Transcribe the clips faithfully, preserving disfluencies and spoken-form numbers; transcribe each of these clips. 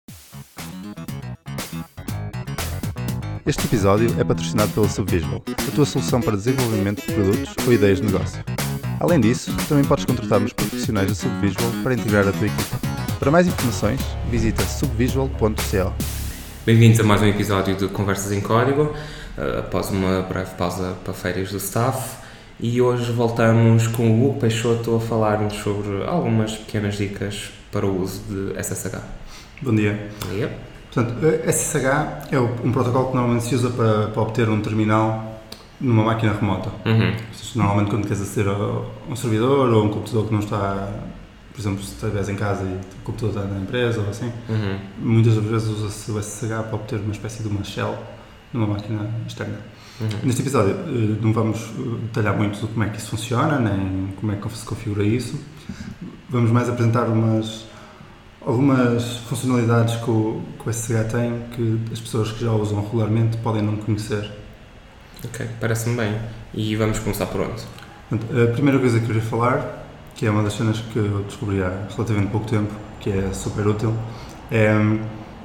Este episódio é patrocinado pela Subvisual, a tua solução para desenvolvimento de produtos ou ideias de negócio. Além disso, também podes contratar os profissionais da Subvisual para integrar a tua equipa. Para mais informações, visita subvisual ponto co. Bem-vindos a mais um episódio de Conversas em Código, após uma breve pausa para férias do staff, e hoje voltamos com o Hugo Peixoto a falar-nos sobre algumas pequenas dicas para o uso de S S H. Bom dia. Bom dia. Portanto, S S H é um protocolo que normalmente se usa para, para obter um terminal numa máquina remota. Uhum. Normalmente quando queres aceder a um servidor ou a um computador que não está, por exemplo, se estiveres em casa e o computador está na empresa ou assim, uhum. muitas das vezes usa-se o S S H para obter uma espécie de uma shell numa máquina externa. Uhum. Neste episódio não vamos detalhar muito de como é que isso funciona, nem como é que se configura isso. Vamos mais apresentar umas, algumas funcionalidades que o, que o S S H tem que as pessoas que já o usam regularmente podem não conhecer. Ok, parece-me bem. E vamos começar por onde? A primeira coisa que eu queria falar, que é uma das cenas que eu descobri há relativamente pouco tempo, que é super útil, é um,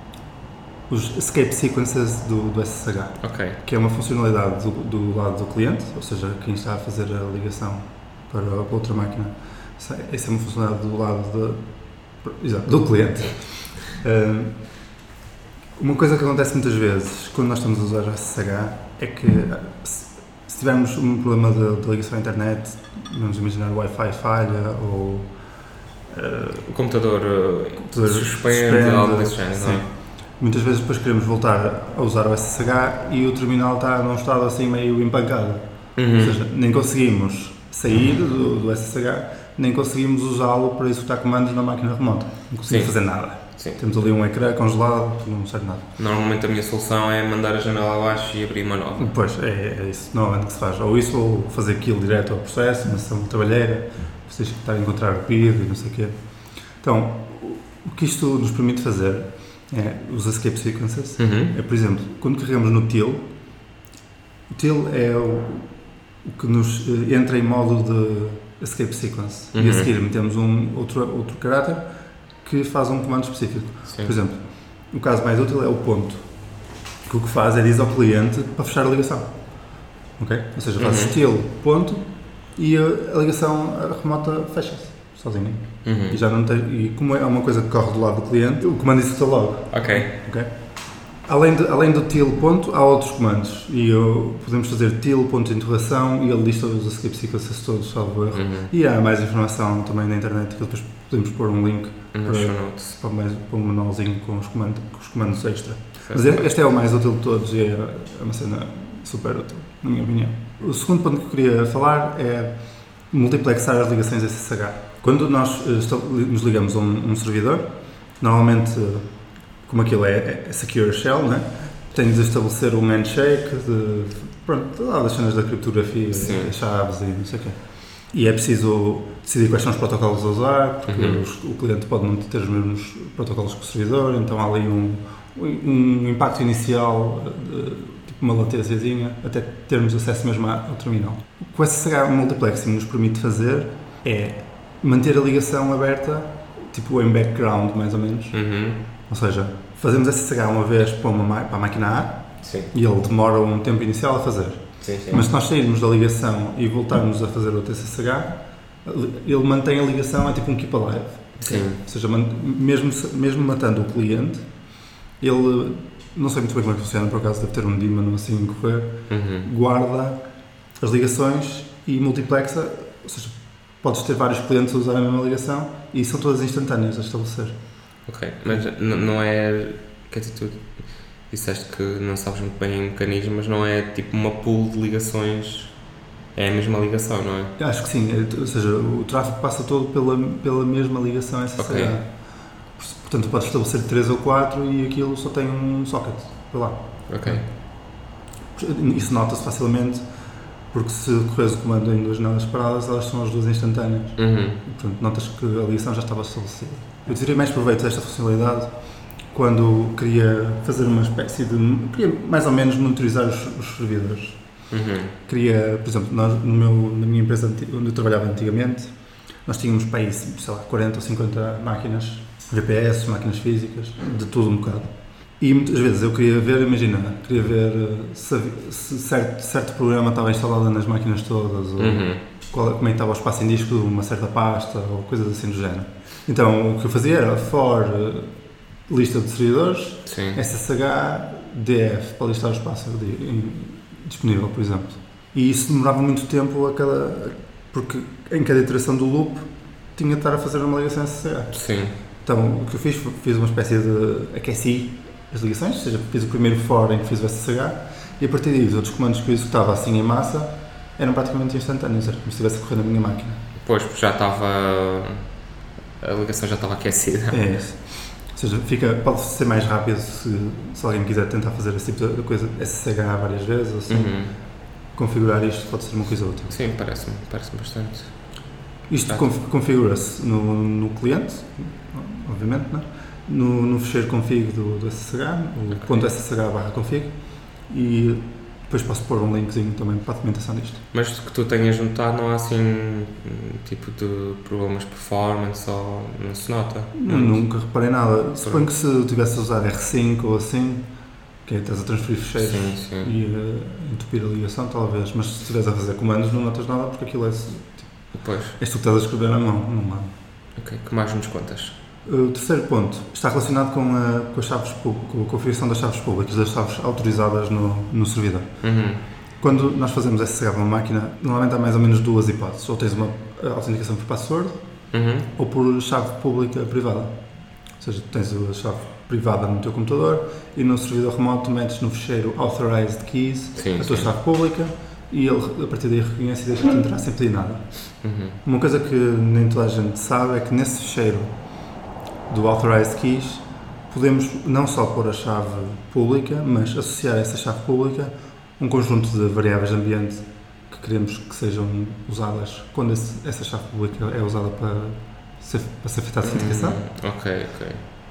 os escape sequences do, do S S H, okay. que é uma funcionalidade do, do lado do cliente, ou seja, quem está a fazer a ligação para outra máquina. Essa é uma funcionalidade do lado de, exato, do cliente. Um, uma coisa que acontece muitas vezes quando nós estamos a usar o S S H é que se, se tivermos um problema de, de ligação à internet, vamos imaginar o Wi-Fi falha ou uh, o computador, uh, computador suspende, algo desse género, não é? Muitas vezes depois queremos voltar a usar o S S H e o terminal está num estado assim meio empancado. Uhum. Ou seja, nem conseguimos sair do, do S S H, nem conseguimos usá-lo para executar comandos na máquina remota. Não conseguimos Sim. fazer nada. Sim. Temos ali um ecrã congelado, não serve nada. Normalmente a minha solução é mandar a janela abaixo e abrir uma nova. Pois, é, é isso. Normalmente que se faz. Ou isso, ou fazer aquilo direto ao processo, uma sessão de trabalheira, vocês que estar a encontrar o pedido e não sei o quê. Então, o que isto nos permite fazer é os escape sequences. Uhum. É, por exemplo, quando carregamos no till, o till é o, o que nos entra em modo de escape sequence. Uhum. E a seguir metemos um outro, outro caráter que faz um comando específico. Sim. Por exemplo, o caso mais útil é o ponto, que o que faz é dizer ao cliente para fechar a ligação. Ok? Ou seja, faz uhum. estilo, ponto, e a, a ligação remota fecha-se sozinha. Uhum. E, já não tem, e como é uma coisa que corre do lado do cliente, o comando executa logo. Ok. Okay? Além, de, além do till ponto, há outros comandos. E eu, podemos fazer till ponto de interrogação e ele lista os escape sequences todos, salvo erro. Uhum. E há mais informação também na internet, que depois podemos pôr um link No para, show notes. para, mais, para um manualzinho com os comandos, com os comandos extra. Certo. Mas este é o mais útil de todos e é, é uma cena super útil, na minha opinião. O segundo ponto que eu queria falar é multiplexar as ligações S S H. Quando nós nos ligamos a um, um servidor, normalmente, como aquilo é, é Secure Shell, né? Tem de estabelecer um handshake, de, pronto, todas as cenas da criptografia, Sim. chaves e não sei o quê. E é preciso decidir quais são os protocolos a usar, porque uhum. os, o cliente pode não ter os mesmos protocolos que o servidor, então há ali um, um impacto inicial, de, tipo uma latênciazinha, até termos acesso mesmo ao terminal. O que o S S H Multiplexing nos permite fazer é manter a ligação aberta, tipo em background, mais ou menos. Uhum. Ou seja, fazemos S S H uma vez para, uma, para a máquina A. Sim. E ele demora um tempo inicial a fazer. Sim, sim. Mas se nós sairmos da ligação e voltarmos a fazer outro S S H, ele mantém a ligação, é tipo um keep alive. Sim. Ou seja, mesmo, mesmo matando o cliente, ele, não sei muito bem como é que funciona, por acaso deve ter um daemon assim a correr, uhum. guarda as ligações e multiplexa, ou seja, podes ter vários clientes a usar a mesma ligação e são todas instantâneas a estabelecer. Ok, mas n- não é, quer dizer, tu disseste que não sabes muito bem o mecanismo, mas não é tipo uma pool de ligações, é a mesma ligação, não é? Acho que sim, é, ou seja, o tráfego passa todo pela, pela mesma ligação S S H. Okay. Portanto, podes estabelecer três ou quatro e aquilo só tem um socket para lá. Ok. Isso nota-se facilmente, porque se corres o comando em duas janelas separadas, elas são as duas instantâneas. Uhum. E, portanto, notas que a ligação já estava estabelecida. Eu tirei mais proveito desta funcionalidade quando queria fazer uma espécie de... queria mais ou menos monitorizar os, os servidores. Uhum. Queria, por exemplo, nós, no meu, na minha empresa onde eu trabalhava antigamente, nós tínhamos para aí, sei lá, quarenta ou cinquenta máquinas G P S, máquinas físicas, de tudo um bocado. E muitas vezes eu queria ver, imagina, queria ver se, se certo, certo programa estava instalado nas máquinas todas, ou Uhum. qual, como é que estava o espaço em disco de uma certa pasta, ou coisas assim do género. Então o que eu fazia era for lista de servidores, Sim. S S H, D F, para listar o espaço disponível, por exemplo. E isso demorava muito tempo a cada, porque em cada iteração do loop tinha de estar a fazer uma ligação S S H. Sim. Então o que eu fiz, fiz uma espécie de aqueci as ligações, ou seja, fiz o primeiro for em que fiz o S S H e a partir daí os outros comandos que eu executava assim em massa eram praticamente instantâneos, era como se estivesse a correr na minha máquina. Pois, porque já estava, a ligação já estava aquecida. É isso. Ou seja, fica, pode ser mais rápido se, se alguém quiser tentar fazer esse tipo de coisa, S S H várias vezes, assim, Uhum. configurar isto pode ser uma coisa útil. Sim, parece-me, parece-me bastante. Isto conf, configura-se no, no cliente, obviamente, não? No, no fecheiro config do, do S S H, o Okay. ponto .ssh barra config, e depois posso pôr um linkzinho também para a documentação disto. Mas que tu tenhas notado, não há assim tipo de problemas de performance ou não se nota? Eu nunca reparei nada. Suponho que se eu tivesse a usar R cinco ou assim, que é estás a transferir fecheiros Sim, sim. e uh, entupir a ligação, talvez, mas se estiveres a fazer comandos não notas nada porque aquilo é tipo, Pois. és tu que estás a escrever na mão, não há. Ok, que mais nos contas? O terceiro ponto está relacionado com a, com as chaves, com a configuração das chaves públicas, das chaves autorizadas no, no servidor. Uhum. Quando nós fazemos S S H numa máquina, normalmente há mais ou menos duas hipóteses. Ou tens uma autenticação por password, Uhum. ou por chave pública privada. Ou seja, tens a chave privada no teu computador e no servidor remoto metes no fecheiro Authorized Keys Sim, a tua sim. chave pública e ele a partir daí reconhece e deixa-te entrar sem pedir nada. Uhum. Uma coisa que nem toda a gente sabe é que nesse fecheiro do Authorized Keys podemos não só pôr a chave pública, mas associar a essa chave pública um conjunto de variáveis de ambiente que queremos que sejam usadas quando esse, essa chave pública é usada para ser, para ser feita a autenticação. Uhum. Ok, ok.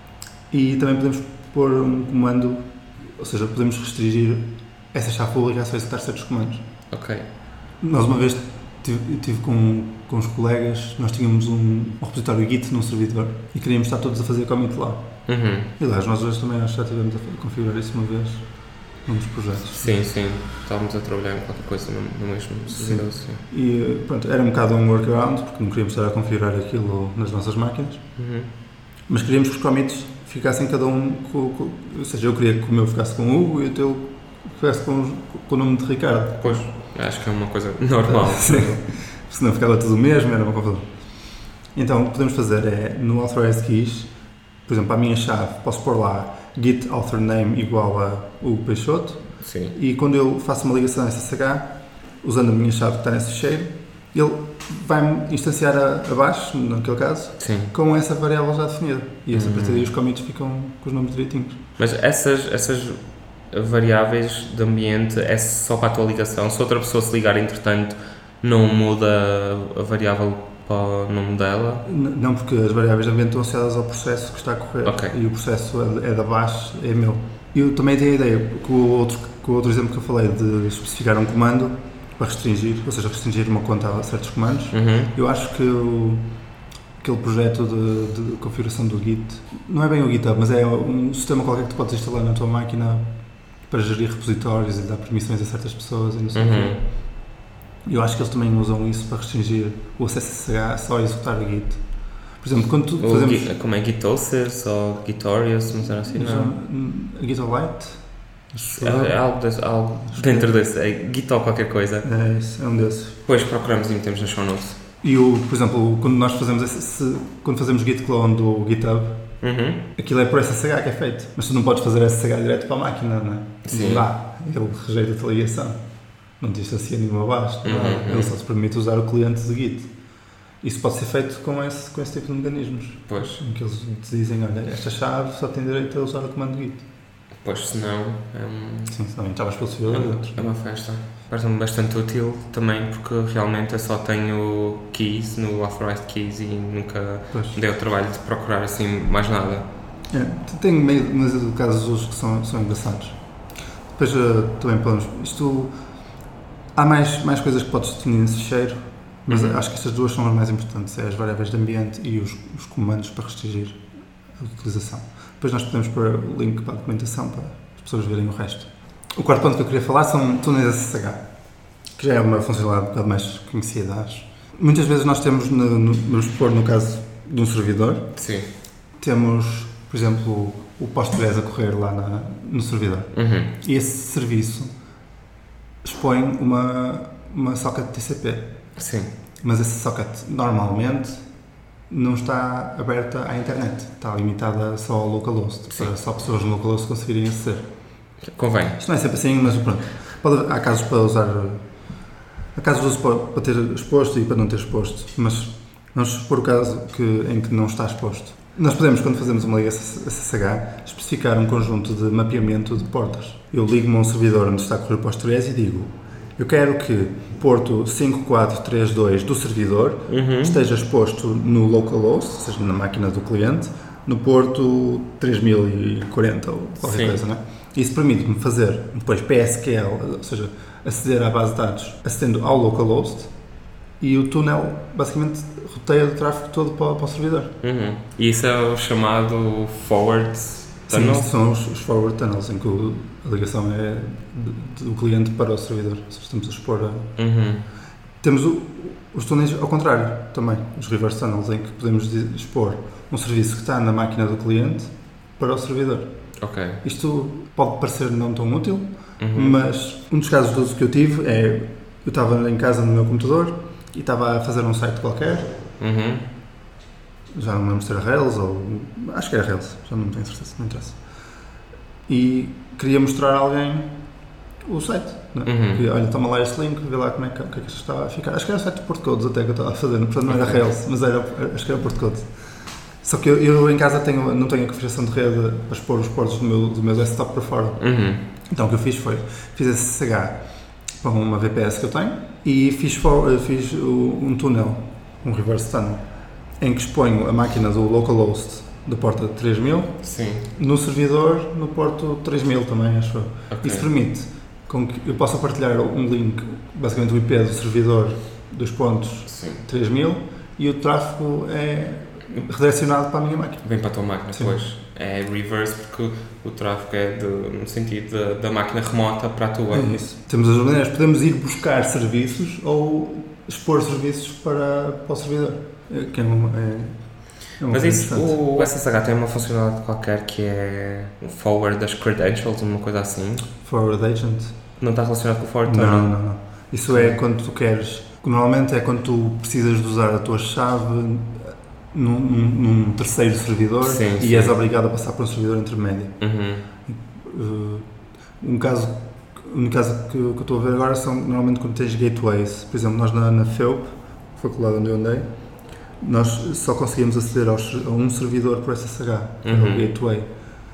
E também podemos pôr um comando, ou seja, podemos restringir essa chave pública a só executar certos comandos. Ok. Nós uma vez tive, tive com, com os colegas, nós tínhamos um, um repositório Git num servidor e queríamos estar todos a fazer commit lá. Uhum. E aliás, nós hoje também acho que já tivemos a configurar isso uma vez num dos projetos. Sim, sim. Estávamos a trabalhar em qualquer coisa no, no mesmo servidor, sim. E pronto, era um bocado um workaround, porque não queríamos estar a configurar aquilo nas nossas máquinas, Uhum. mas queríamos que os commits ficassem cada um com, com, ou seja, eu queria que o meu ficasse com o Hugo e o teu ficasse com, com o nome de Ricardo. Pois, acho que é uma coisa normal. Sim. Senão ficava tudo o mesmo, era uma confusão. Então, o que podemos fazer é, no Authorized Keys, por exemplo, a minha chave, posso pôr lá git author name igual a Hugo Peixoto, Sim. e quando eu faço uma ligação a S S H, usando a minha chave que está nesse fecheiro, ele vai-me instanciar a, abaixo, naquele caso, Sim. com essa variável já definida. E essa, a partir daí Hum. os commits ficam com os nomes direitinhos. Mas essas, essas variáveis de ambiente é só para a tua ligação? Se outra pessoa se ligar, entretanto, não muda a variável para o nome dela? N- Não, porque as variáveis de ambiente estão associadas ao processo que está a correr. Ok. E o processo é, é da baixo, é meu. Eu também tenho a ideia, com o, outro, com o outro exemplo que eu falei, de especificar um comando para restringir, ou seja, restringir uma conta a certos comandos. Uhum. Eu acho que o, aquele projeto de, de configuração do Git, não é bem o GitHub, mas é um sistema qualquer que tu podes instalar na tua máquina para gerir repositórios e dar permissões a certas pessoas e não sei o Uhum. quê. Eu acho que eles também usam isso para restringir o acesso a S S H só a executar o Git. Por exemplo, quando tu O fazemos... Git- como é Gitocers ou Gitorious, não sei assim, não? A GitOlite? É, é algo, desse, algo dentro desse, é Git ou qualquer coisa. É isso, é um desses. Depois procuramos e metemos nas show notes. E, o, por exemplo, quando nós fazemos, esse, se, quando fazemos Git clone do GitHub, Uhum. aquilo é por S S H que é feito. Mas tu não podes fazer S S H direto para a máquina, não é? Sim. Não dá. Ele rejeita a tua ligação. Não te distancia nenhuma abaixo. Não dá. Uhum. Ele só te permite usar o cliente de Git. Isso pode ser feito com esse, com esse tipo de mecanismos. Pois, Em que eles te dizem, olha, esta chave só tem direito a usar o comando Git. pois senão é, um, Sim, senão estavas pelo é, servidor uma- dentro. é uma festa. Parece-me bastante útil também porque realmente eu só tenho keys no Authorized Keys e nunca Pois. dei o trabalho de procurar assim mais nada. É, tenho meio, mas casos hoje que são, são engraçados. Depois uh, também podemos. Isto. Há mais, mais coisas que podes definir nesse fecheiro, mas Uhum. acho que estas duas são as mais importantes: é as variáveis de ambiente e os, os comandos para restringir de utilização. Depois nós podemos pôr o link para a documentação para as pessoas verem o resto. O quarto ponto que eu queria falar são túneis S S H, que já é uma funcionalidade um bocado mais conhecida, acho. Muitas vezes nós temos, no, no, vamos supor, no caso de um servidor, Sim. temos, por exemplo, o Postgres a correr lá na, no servidor. Uhum. E esse serviço expõe uma, uma socket T C P. Sim. Mas essa socket normalmente não está aberta à internet, está limitada só ao localhost, Sim. para só pessoas no localhost conseguirem aceder. Convém. Isto não é sempre assim, mas pronto. Pode, há casos para usar, há casos de uso para, para ter exposto e para não ter exposto, mas vamos supor o caso que, em que não está exposto. Nós podemos, quando fazemos uma liga S S H, especificar um conjunto de mapeamento de portas. Eu ligo-me a um servidor onde está a correr o Postgres e digo: eu quero que porto cinco quatro três dois do servidor Uhum. esteja exposto no localhost, ou seja, na máquina do cliente, no porto três mil e quarenta ou qualquer Sim. coisa, não é? Isso permite-me fazer depois P S Q L, ou seja, aceder à base de dados acedendo ao localhost, e o túnel basicamente roteia o tráfego todo para, para o servidor. Uhum. E isso é o chamado forward Sim, tunnel? isto são os, os forward tunnels, em que o, a ligação é de, do cliente para o servidor. Ou seja, estamos a expor a... Uhum. Temos o, os túneis ao contrário também, os reverse tunnels, em que podemos expor um serviço que está na máquina do cliente para o servidor. Ok. Isto pode parecer não tão útil, Uhum. mas um dos casos de uso que eu tive é, eu estava em casa no meu computador e estava a fazer um site qualquer, Uhum. já não me lembro se era Rails ou... acho que era Rails, já não tenho certeza, não interessa. E queria mostrar a alguém o site, não é? Uhum. Queria, olha, toma lá este link, vê lá como é que, o que é que isto está a ficar. Acho que era o site de Portcodes até que eu estava a fazer, portanto não era Ok. Rails, mas era, acho que era Portcodes. Só que eu, eu em casa tenho, não tenho a configuração de rede para expor os portos do meu, do meu desktop para fora. Uhum. Então o que eu fiz foi, fiz esse S S H para uma V P S que eu tenho e fiz, for, fiz o, um túnel, um reverse tunnel, em que exponho a máquina do localhost da porta três mil Sim. no servidor no porto três mil também, acho eu. Ok. Isso permite com que eu possa partilhar um link, basicamente o I P do servidor dos pontos Sim. três mil e o tráfego é redirecionado para a minha máquina. Vem para a tua máquina, Sim. depois. É reverse porque o tráfego é de, no sentido da, da máquina remota para a tua. É isso. Temos as maneiras, podemos ir buscar serviços ou expor serviços para, para o servidor. É, que é uma, é, é uma Mas coisa isso, interessante. o S S H tem uma funcionalidade qualquer que é o forward das credentials, uma coisa assim. Forward agent? Não está relacionado com o forward Não, tunnel? não, não. Isso é quando tu queres, normalmente é quando tu precisas de usar a tua chave num, num, num terceiro servidor Sim, e sim. és obrigado a passar por um servidor intermédio. Uhum. Uh, um caso, um caso que, que eu estou a ver agora são normalmente quando tens gateways. Por exemplo, nós na, na F E U P, faculdade onde eu andei, nós só conseguimos aceder aos, a um servidor por S S H, que Uhum. é o gateway.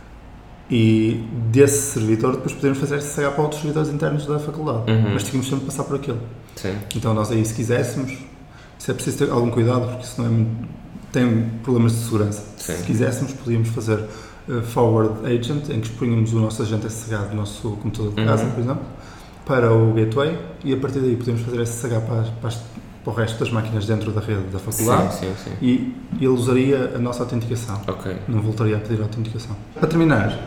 E desse servidor depois podemos fazer S S H para outros servidores internos da faculdade, Uhum. mas tínhamos sempre de passar por aquele. Sim. Então nós aí, se quiséssemos, isso é preciso ter algum cuidado, porque isso não é muito, tem problemas de segurança. Sim. Se quiséssemos, podíamos fazer uh, forward agent, em que expunhamos o nosso agente S S H do nosso computador de casa, Uhum. por exemplo, para o gateway, e a partir daí podemos fazer S S H para, as- para, as- para o resto das máquinas dentro da rede da faculdade, Sim, sim, sim. e ele usaria a nossa autenticação. Ok. Não voltaria a pedir a autenticação. Para terminar,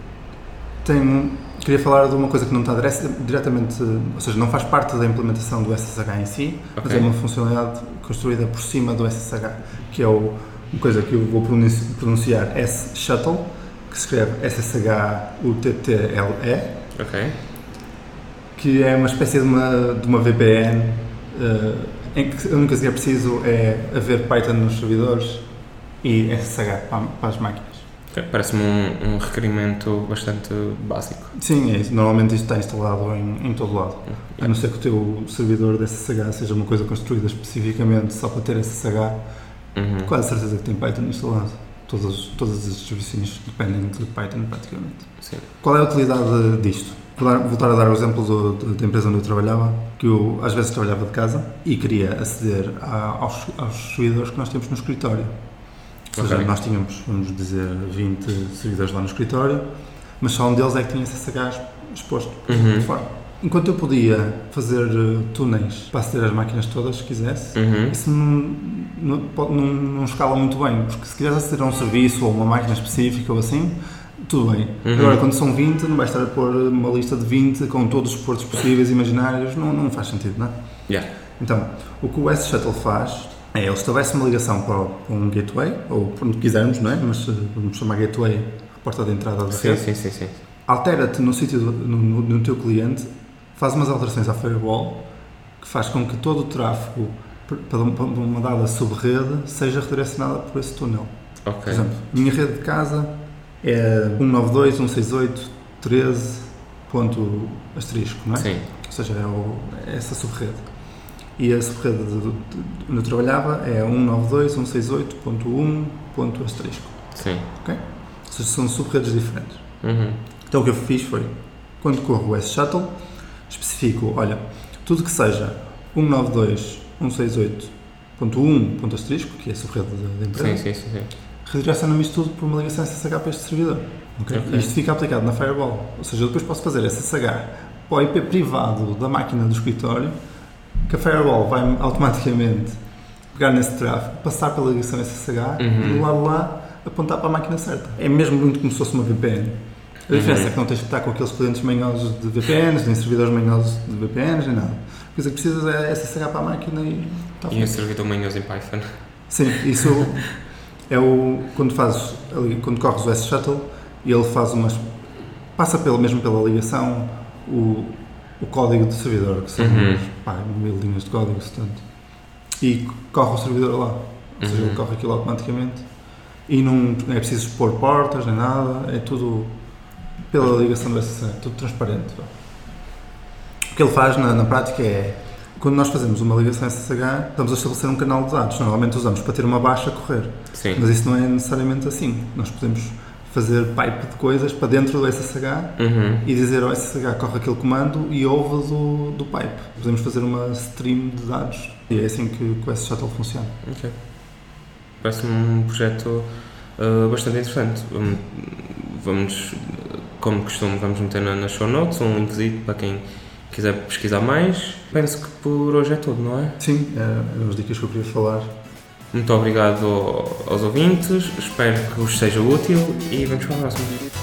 tenho, queria falar de uma coisa que não está dire- diretamente, ou seja, não faz parte da implementação do S S H em si, mas Ok. é uma funcionalidade construída por cima do S S H, que é o, uma coisa que eu vou pronunci- pronunciar S-Shuttle, que se escreve S S H U T T L E, Ok. que é uma espécie de uma, de uma V P N eh, em que a única coisa que é preciso é haver Python nos servidores e S S H para, para as máquinas. Ok. Parece-me um, um requerimento bastante básico. Sim, é isso. Normalmente isto está instalado em, em todo lado. A não ser que o teu servidor de S S H seja uma coisa construída especificamente só para ter S S H, Uhum. quase certeza que tem Python instalado. Todas, todas as distribuições dependem de Python praticamente. Sim. Qual é a utilidade disto? Vou dar- voltar a dar o exemplo do, do, da empresa onde eu trabalhava, que eu às vezes trabalhava de casa e queria aceder a, aos, aos servidores que nós temos no escritório. Ou seja, Ok. nós tínhamos, vamos dizer, vinte servidores lá no escritório, mas só um deles é que tinha S S H exposto Uhum. de fora. enquanto eu podia fazer uh, túneis para aceder às máquinas todas, se quisesse, Uhum. isso não, não, pode- não, não escala muito bem, porque se quiseres aceder a um serviço ou uma máquina específica ou assim, tudo bem. Uhum. Agora, quando são vinte, não vais estar a pôr uma lista de vinte com todos os portos possíveis e imaginários, não, não faz sentido, não é? Yeah. Então, o que o S Shuttle faz é, ele estabelece uma ligação para, o- para um gateway, ou por onde quisermos, não é? Mas uh, vamos chamar gateway a porta de entrada da Sim, rede. sim, sim, sim. Altera-te no sítio, do- no, no, no teu cliente, faz umas alterações à firewall que faz com que todo o tráfego per- para uma, para uma dada sub-rede seja redirecionado por esse túnel. Por Ok. exemplo, minha rede de casa é cento e noventa e dois, cento e sessenta e oito, treze ponto asterisco, não é? Sim. Ou seja, é, o, é essa sub-rede. E a sub-rede de- de- de- onde eu trabalhava é cento e noventa e dois, cento e sessenta e oito ponto um ponto asterisco. Sim. Ok? Ou seja, são sub-redes diferentes. Uhum. Então o que eu fiz foi, quando corro o S-Shuttle, especifico, olha, tudo que seja cento e noventa e dois, cento e sessenta e oito ponto um ponto asterisco, que é a sub-rede da- da empresa, Sim, sim, sim, sim. redireciona-me isto tudo por uma ligação S S H para este servidor. Ok? Ok. Isto fica aplicado na firewall. Ou seja, eu depois posso fazer S S H para o I P privado da máquina do escritório, que a firewall vai automaticamente pegar nesse tráfego, passar pela ligação S S H Uhum. e do lado de lá apontar para a máquina certa. É mesmo muito como se fosse uma V P N. A diferença Uhum. é que não tens de estar com aqueles clientes manhosos de V P Ns, nem servidores manhosos de V P Ns, nem nada. A coisa que precisas é S S H para a máquina e está E um servidor manhoso em Python. Sim, isso é o. Quando fazes ali, quando corres o S-Shuttle, ele faz umas. Passa pela, mesmo pela ligação o, o código do servidor, que são Uhum. umas, pá, mil linhas de código, portanto. E corre o servidor lá. Ou seja, Uhum. ele corre aquilo automaticamente. E não, não é preciso expor portas nem nada, é tudo pela ligação do S S H, tudo transparente. Pá. O que ele faz na, na prática é. Quando nós fazemos uma ligação S S H, estamos a estabelecer um canal de dados. Normalmente usamos para ter uma baixa a correr. Sim. Mas isso não é necessariamente assim. Nós podemos fazer pipe de coisas para dentro do S S H Uhum. e dizer ao S S H corre aquele comando e ouve do, do pipe. Podemos fazer uma stream de dados. E é assim que, que o S-Shuttle funciona. Ok. Parece-me um projeto uh, bastante interessante. Vamos, vamos, como costume, vamos meter na, nas show notes um linkzinho para quem quiser pesquisar mais. Penso que por hoje é tudo, não é? Sim, é, as dicas que eu queria falar. Muito obrigado aos ouvintes, espero que vos seja útil e vamos para a próxima.